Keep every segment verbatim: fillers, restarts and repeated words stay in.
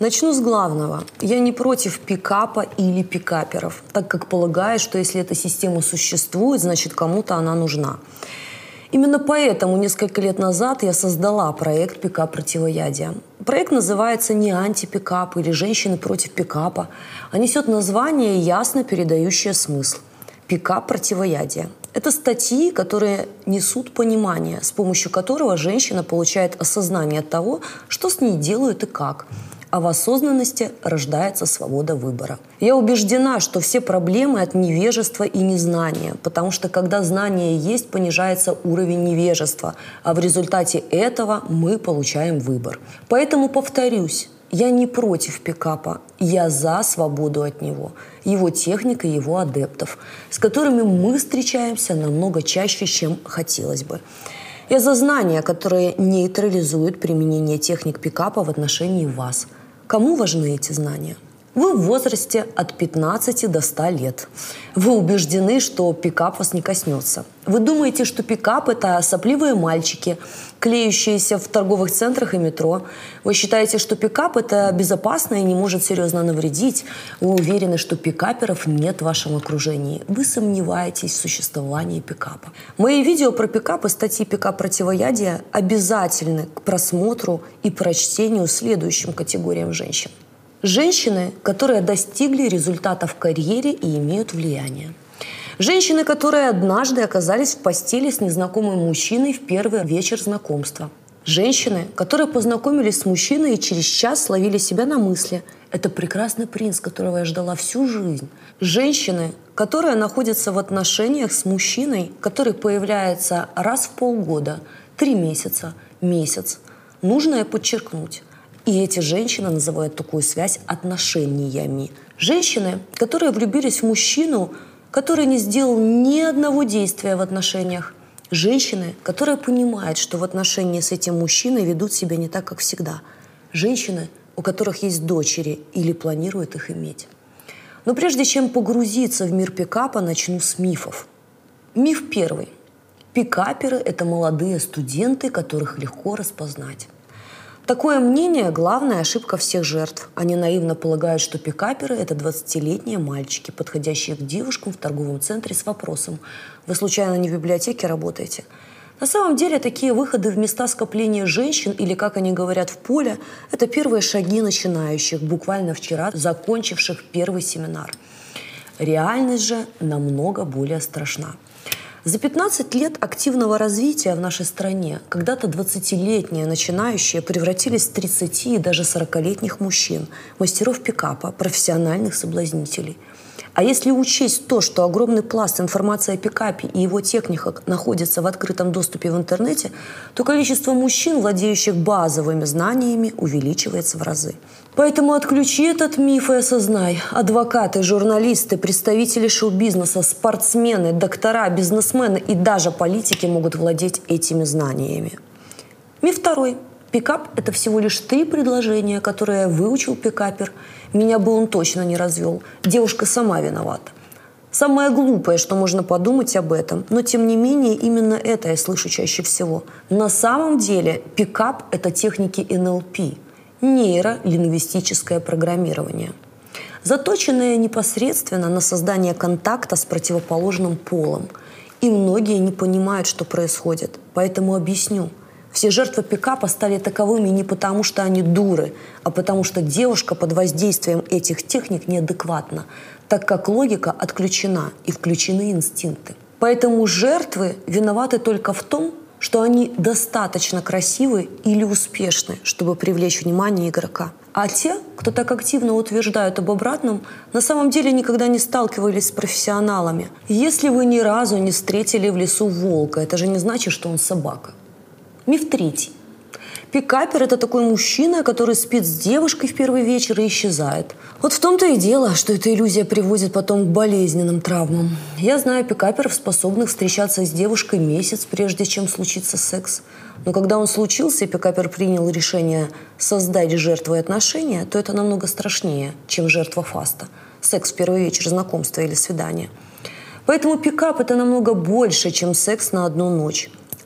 Начну с главного. Я не против пикапа или пикаперов, так как полагаю, что если эта система существует, значит кому-то она нужна. Именно поэтому несколько лет назад я создала проект «Пикап противоядия». Проект называется не «Антипикап» или «Женщины против пикапа», а несет название, ясно передающее смысл – «Пикап противоядия». Это статьи, которые несут понимание, с помощью которого женщина получает осознание того, что с ней делают и как. А в осознанности рождается свобода выбора. Я убеждена, что все проблемы от невежества и незнания, потому что когда знание есть, понижается уровень невежества, а в результате этого мы получаем выбор. Поэтому повторюсь, я не против пикапа, я за свободу от него, его техник и его адептов, с которыми мы встречаемся намного чаще, чем хотелось бы. Я за знания, которые нейтрализуют применение техник пикапа в отношении вас. Кому важны эти знания? Вы в возрасте от пятнадцати до ста лет. Вы убеждены, что пикап вас не коснется. Вы думаете, что пикап – это сопливые мальчики, клеющиеся в торговых центрах и метро. Вы считаете, что пикап – это безопасно и не может серьезно навредить. Вы уверены, что пикаперов нет в вашем окружении. Вы сомневаетесь в существовании пикапа. Мои видео про пикап и статьи «Пикап противоядия» обязательны к просмотру и прочтению следующим категориям женщин. Женщины, которые достигли результата в карьере и имеют влияние. Женщины, которые однажды оказались в постели с незнакомым мужчиной в первый вечер знакомства. Женщины, которые познакомились с мужчиной и через час словили себя на мысли: «Это прекрасный принц, которого я ждала всю жизнь». Женщины, которые находятся в отношениях с мужчиной, который появляется раз в полгода, три месяца, месяц. Нужно это подчеркнуть. И эти женщины называют такую связь отношениями. Женщины, которые влюбились в мужчину, который не сделал ни одного действия в отношениях. Женщины, которые понимают, что в отношении с этим мужчиной ведут себя не так, как всегда. Женщины, у которых есть дочери или планируют их иметь. Но прежде чем погрузиться в мир пикапа, начну с мифов. Миф первый. Пикаперы – это молодые студенты, которых легко распознать. Такое мнение – главная ошибка всех жертв. Они наивно полагают, что пикаперы – это двадцатилетние мальчики, подходящие к девушкам в торговом центре с вопросом: «Вы случайно не в библиотеке работаете?» На самом деле такие выходы в места скопления женщин, или, как они говорят, в поле – это первые шаги начинающих, буквально вчера закончивших первый семинар. Реальность же намного более страшна. За пятнадцать лет активного развития в нашей стране когда-то двадцатилетние начинающие превратились в тридцати и даже сорокалетних мужчин, мастеров пикапа, профессиональных соблазнителей. А если учесть то, что огромный пласт информации о пикапе и его техниках находится в открытом доступе в интернете, то количество мужчин, владеющих базовыми знаниями, увеличивается в разы. Поэтому отключи этот миф и осознай: адвокаты, журналисты, представители шоу-бизнеса, спортсмены, доктора, бизнесмены и даже политики могут владеть этими знаниями. Миф второй. Пикап – это всего лишь три предложения, которые выучил пикапер. Меня бы он точно не развел. Девушка сама виновата. Самое глупое, что можно подумать об этом, но тем не менее именно это я слышу чаще всего. На самом деле пикап – это техники эн эл пи – нейролингвистическое программирование, заточенное непосредственно на создание контакта с противоположным полом. И многие не понимают, что происходит. Поэтому объясню. Все жертвы пикапа стали таковыми не потому, что они дуры, а потому что девушка под воздействием этих техник неадекватна, так как логика отключена и включены инстинкты. Поэтому жертвы виноваты только в том, что они достаточно красивы или успешны, чтобы привлечь внимание игрока. А те, кто так активно утверждают об обратном, на самом деле никогда не сталкивались с профессионалами. Если вы ни разу не встретили в лесу волка, это же не значит, что он собака. Миф третий. Пикапер – это такой мужчина, который спит с девушкой в первый вечер и исчезает. Вот в том-то и дело, что эта иллюзия приводит потом к болезненным травмам. Я знаю пикаперов, способных встречаться с девушкой месяц, прежде чем случится секс. Но когда он случился, и пикапер принял решение создать жертвой отношения, то это намного страшнее, чем жертва фаста. Секс в первый вечер знакомства или свидания. Поэтому пикап – это намного больше, чем секс на одну ночь.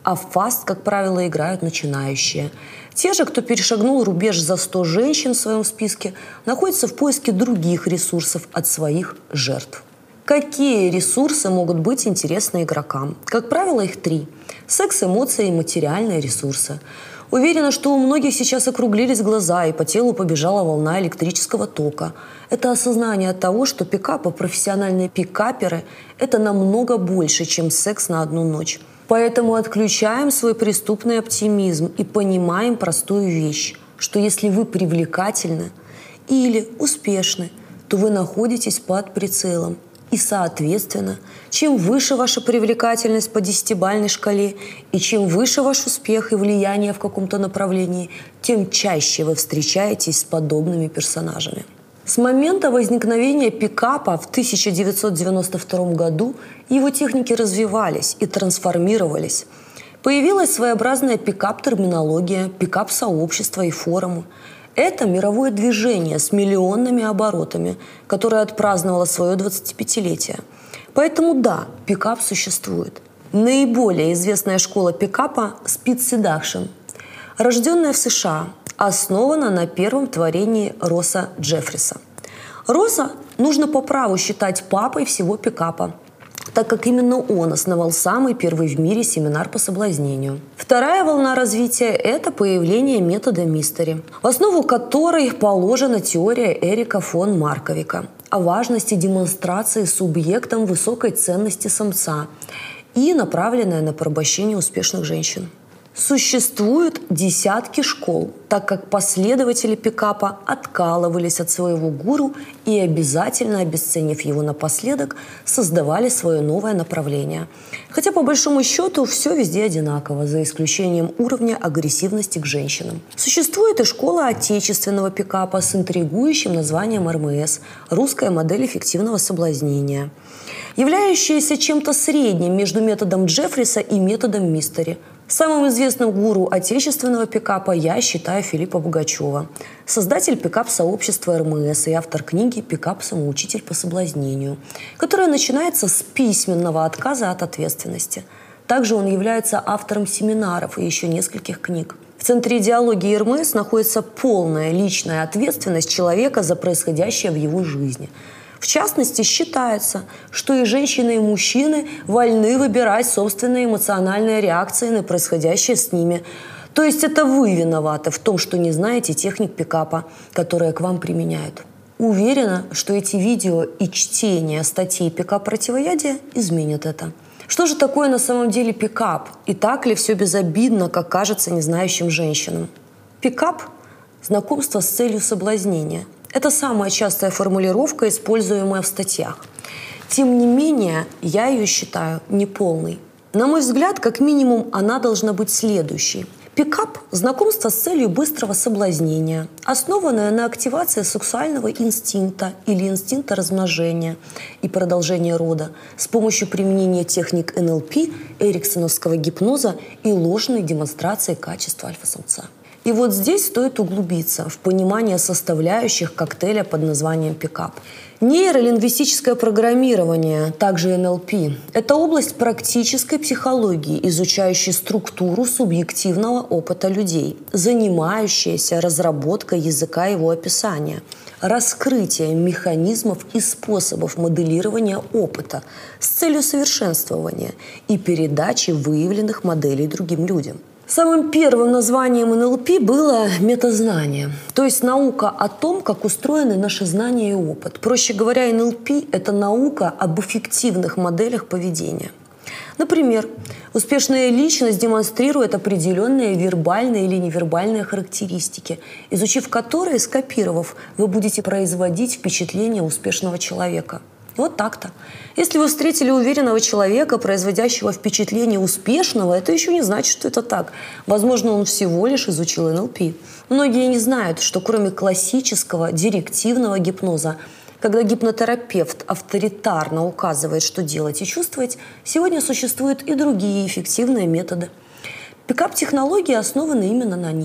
а в фаст, как правило, играют начинающие. Те же, кто перешагнул рубеж за сто женщин в своем списке, находятся в поиске других ресурсов от своих жертв. Какие ресурсы могут быть интересны игрокам? Как правило, их три. Секс, эмоции и материальные ресурсы. Уверена, что у многих сейчас округлились глаза и по телу побежала волна электрического тока. Это осознание того, что пикапы, профессиональные пикаперы – это намного больше, чем секс на одну ночь. Поэтому отключаем свой преступный оптимизм и понимаем простую вещь, что если вы привлекательны или успешны, то вы находитесь под прицелом. И, соответственно, чем выше ваша привлекательность по десятибалльной шкале и чем выше ваш успех и влияние в каком-то направлении, тем чаще вы встречаетесь с подобными персонажами. С момента возникновения пикапа в тысяча девятьсот девяносто втором году его техники развивались и трансформировались. Появилась своеобразная пикап-терминология, пикап-сообщества и форумы. Это мировое движение с миллионными оборотами, которое отпраздновало свое двадцатипятилетие. Поэтому да, пикап существует. Наиболее известная школа пикапа – Speed Seduction. Рожденная в США, основана на первом творении Росса Джеффриса. Росса нужно по праву считать папой всего пикапа, так как именно он основал самый первый в мире семинар по соблазнению. Вторая волна развития – это появление метода Мистери, в основу которой положена теория Эрика фон Марковика о важности демонстрации субъектом высокой ценности самца и направленная на порабощение успешных женщин. Существуют десятки школ, так как последователи пикапа откалывались от своего гуру и обязательно, обесценив его напоследок, создавали свое новое направление. Хотя по большому счету все везде одинаково, за исключением уровня агрессивности к женщинам. Существует и школа отечественного пикапа с интригующим названием эр эм эс – русская модель эффективного соблазнения, являющаяся чем-то средним между методом Джеффриса и методом Мистери. Самым известным гуру отечественного пикапа я считаю Филиппа Богачева, создатель пикап-сообщества эр эм эс и автор книги «Пикап-самоучитель по соблазнению», которая начинается с письменного отказа от ответственности. Также он является автором семинаров и еще нескольких книг. В центре идеологии эр эм эс находится полная личная ответственность человека за происходящее в его жизни. В частности, считается, что и женщины, и мужчины вольны выбирать собственные эмоциональные реакции на происходящее с ними. То есть это вы виноваты в том, что не знаете техник пикапа, которые к вам применяют. Уверена, что эти видео и чтение статей «Пикап-противоядие» изменят это. Что же такое на самом деле пикап? И так ли все безобидно, как кажется незнающим женщинам? Пикап – знакомство с целью соблазнения. Это самая частая формулировка, используемая в статьях. Тем не менее, я ее считаю неполной. На мой взгляд, как минимум, она должна быть следующей. Пикап – знакомство с целью быстрого соблазнения, основанное на активации сексуального инстинкта или инстинкта размножения и продолжения рода с помощью применения техник эн эл пи, эриксоновского гипноза и ложной демонстрации качества альфа-самца. И вот здесь стоит углубиться в понимание составляющих коктейля под названием пикап. Нейролингвистическое программирование, также эн эл пи, это область практической психологии, изучающая структуру субъективного опыта людей, занимающаяся разработкой языка и его описания, раскрытием механизмов и способов моделирования опыта с целью совершенствования и передачи выявленных моделей другим людям. Самым первым названием эн эл пи было метазнание, то есть наука о том, как устроены наши знания и опыт. Проще говоря, эн эл пи – это наука об эффективных моделях поведения. Например, успешная личность демонстрирует определенные вербальные или невербальные характеристики, изучив которые, скопировав, вы будете производить впечатление успешного человека. Вот так-то. Если вы встретили уверенного человека, производящего впечатление успешного, это еще не значит, что это так. Возможно, он всего лишь изучил эн эл пи. Многие не знают, что кроме классического директивного гипноза, когда гипнотерапевт авторитарно указывает, что делать и чувствовать, сегодня существуют и другие эффективные методы. Пикап-технологии основаны именно на них.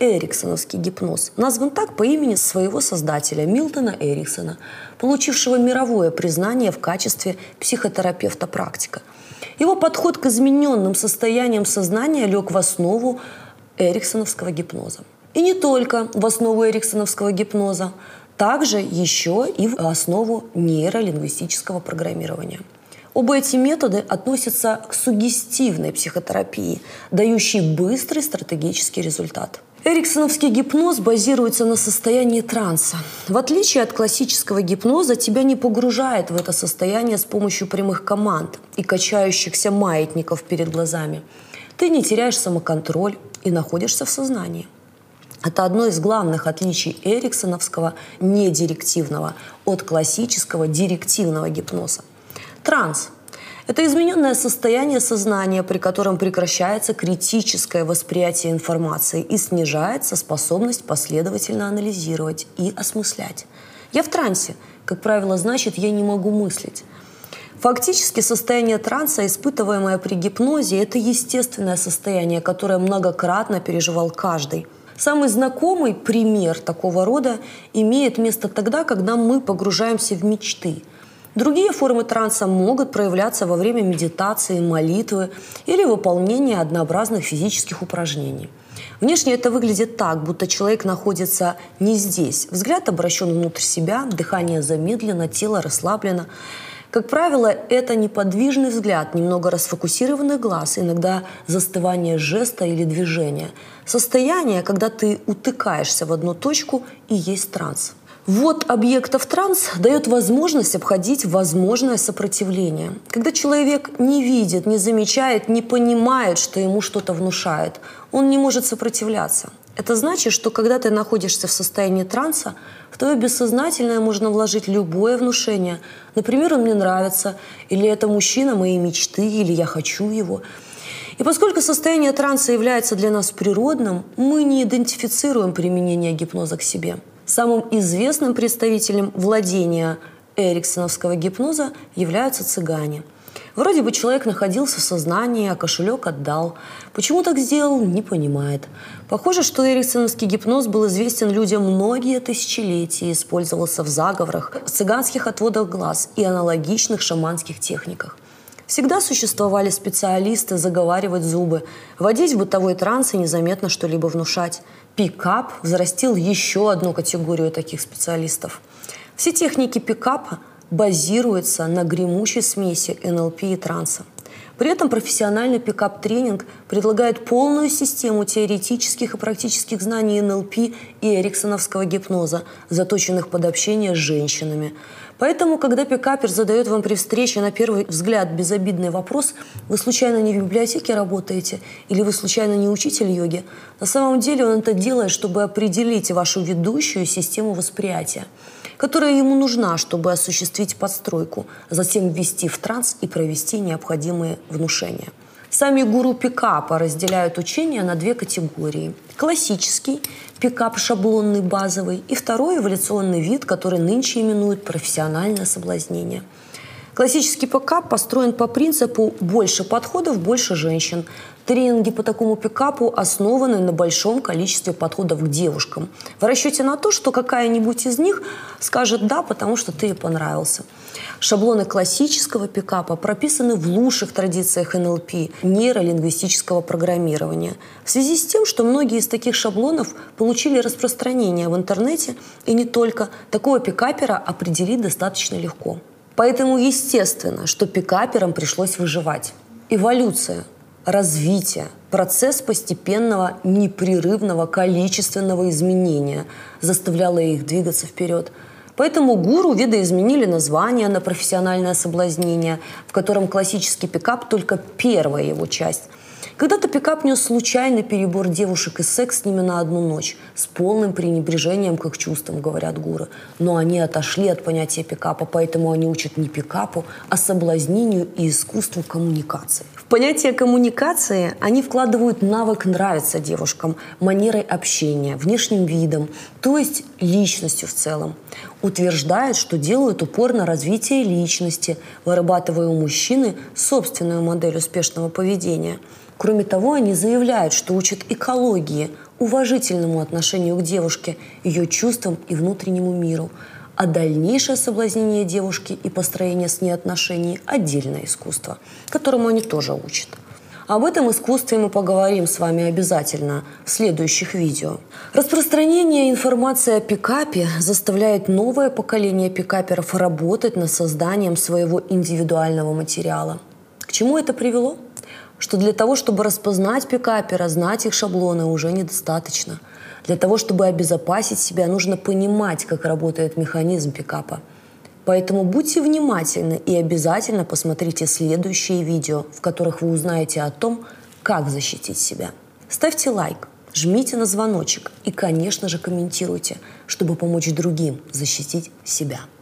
эриксоновский гипноз назван так по имени своего создателя Милтона Эриксона, получившего мировое признание в качестве психотерапевта-практика. Его подход к измененным состояниям сознания лег в основу эриксоновского гипноза. И не только в основу эриксоновского гипноза, также еще и в основу нейролингвистического программирования. Оба эти методы относятся к суггестивной психотерапии, дающей быстрый стратегический результат. Эриксоновский гипноз базируется на состоянии транса. В отличие от классического гипноза, тебя не погружает в это состояние с помощью прямых команд и качающихся маятников перед глазами. Ты не теряешь самоконтроль и находишься в сознании. Это одно из главных отличий эриксоновского недирективного от классического директивного гипноза. Транс – это измененное состояние сознания, при котором прекращается критическое восприятие информации и снижается способность последовательно анализировать и осмыслять. Я в трансе, как правило, значит, я не могу мыслить. Фактически состояние транса, испытываемое при гипнозе, это естественное состояние, которое многократно переживал каждый. Самый знакомый пример такого рода имеет место тогда, когда мы погружаемся в мечты. Другие формы транса могут проявляться во время медитации, молитвы или выполнения однообразных физических упражнений. Внешне это выглядит так, будто человек находится не здесь. Взгляд обращен внутрь себя, дыхание замедлено, тело расслаблено. Как правило, это неподвижный взгляд, немного расфокусированный глаз, иногда застывание жеста или движения. Состояние, когда ты утыкаешься в одну точку, и есть транс. Ввод объектов транс дает возможность обходить возможное сопротивление. Когда человек не видит, не замечает, не понимает, что ему что-то внушает, он не может сопротивляться. Это значит, что когда ты находишься в состоянии транса, в твое бессознательное можно вложить любое внушение. Например, он мне нравится, или это мужчина моей мечты, или я хочу его. И поскольку состояние транса является для нас природным, мы не идентифицируем применение гипноза к себе. Самым известным представителем владения эриксоновского гипноза являются цыгане. Вроде бы человек находился в сознании, а кошелек отдал. Почему так сделал, не понимает. Похоже, что эриксоновский гипноз был известен людям многие тысячелетия и использовался в заговорах, в цыганских отводах глаз и аналогичных шаманских техниках. Всегда существовали специалисты заговаривать зубы, вводить в бытовой транс и незаметно что-либо внушать. Пикап взрастил еще одну категорию таких специалистов. Все техники пикапа базируются на гремучей смеси эн эл пи и транса. При этом профессиональный пикап-тренинг предлагает полную систему теоретических и практических знаний эн эл пи и эриксоновского гипноза, заточенных под общение с женщинами. Поэтому, когда пикапер задает вам при встрече на первый взгляд безобидный вопрос: «Вы случайно не в библиотеке работаете?» или «Вы случайно не учитель йоги?», на самом деле он это делает, чтобы определить вашу ведущую систему восприятия, которая ему нужна, чтобы осуществить подстройку, затем ввести в транс и провести необходимые внушения. Сами гуру пикапа разделяют учение на две категории. Классический пикап шаблонный, базовый, и второй эволюционный вид, который нынче именуют профессиональное соблазнение. Классический пикап построен по принципу «больше подходов, больше женщин». Тренинги по такому пикапу основаны на большом количестве подходов к девушкам, в расчете на то, что какая-нибудь из них скажет «да», потому что ты ей понравился. Шаблоны классического пикапа прописаны в лучших традициях эн эл пи, нейролингвистического программирования, в связи с тем, что многие из таких шаблонов получили распространение в интернете, и не только, такого пикапера определить достаточно легко. Поэтому естественно, что пикаперам пришлось выживать. Эволюция, развитие, процесс постепенного, непрерывного, количественного изменения заставляло их двигаться вперед. Поэтому гуру видоизменили название на профессиональное соблазнение, в котором классический пикап только первая его часть. Когда-то пикап нес случайный перебор девушек и секс с ними на одну ночь, с полным пренебрежением к их чувствам, говорят гуру. Но они отошли от понятия пикапа, поэтому они учат не пикапу, а соблазнению и искусству коммуникации. В понятие коммуникации они вкладывают навык нравиться девушкам, манерой общения, внешним видом, то есть личностью в целом. Утверждают, что делают упор на развитие личности, вырабатывая у мужчины собственную модель успешного поведения. Кроме того, они заявляют, что учат экологии, уважительному отношению к девушке, ее чувствам и внутреннему миру. А дальнейшее соблазнение девушки и построение с ней отношений – отдельное искусство, которому они тоже учат. Об этом искусстве мы поговорим с вами обязательно в следующих видео. Распространение информации о пикапе заставляет новое поколение пикаперов работать над созданием своего индивидуального материала. К чему это привело? Что для того, чтобы распознать пикапера, знать их шаблоны уже недостаточно. Для того, чтобы обезопасить себя, нужно понимать, как работает механизм пикапа. Поэтому будьте внимательны и обязательно посмотрите следующие видео, в которых вы узнаете о том, как защитить себя. Ставьте лайк, жмите на звоночек и, конечно же, комментируйте, чтобы помочь другим защитить себя.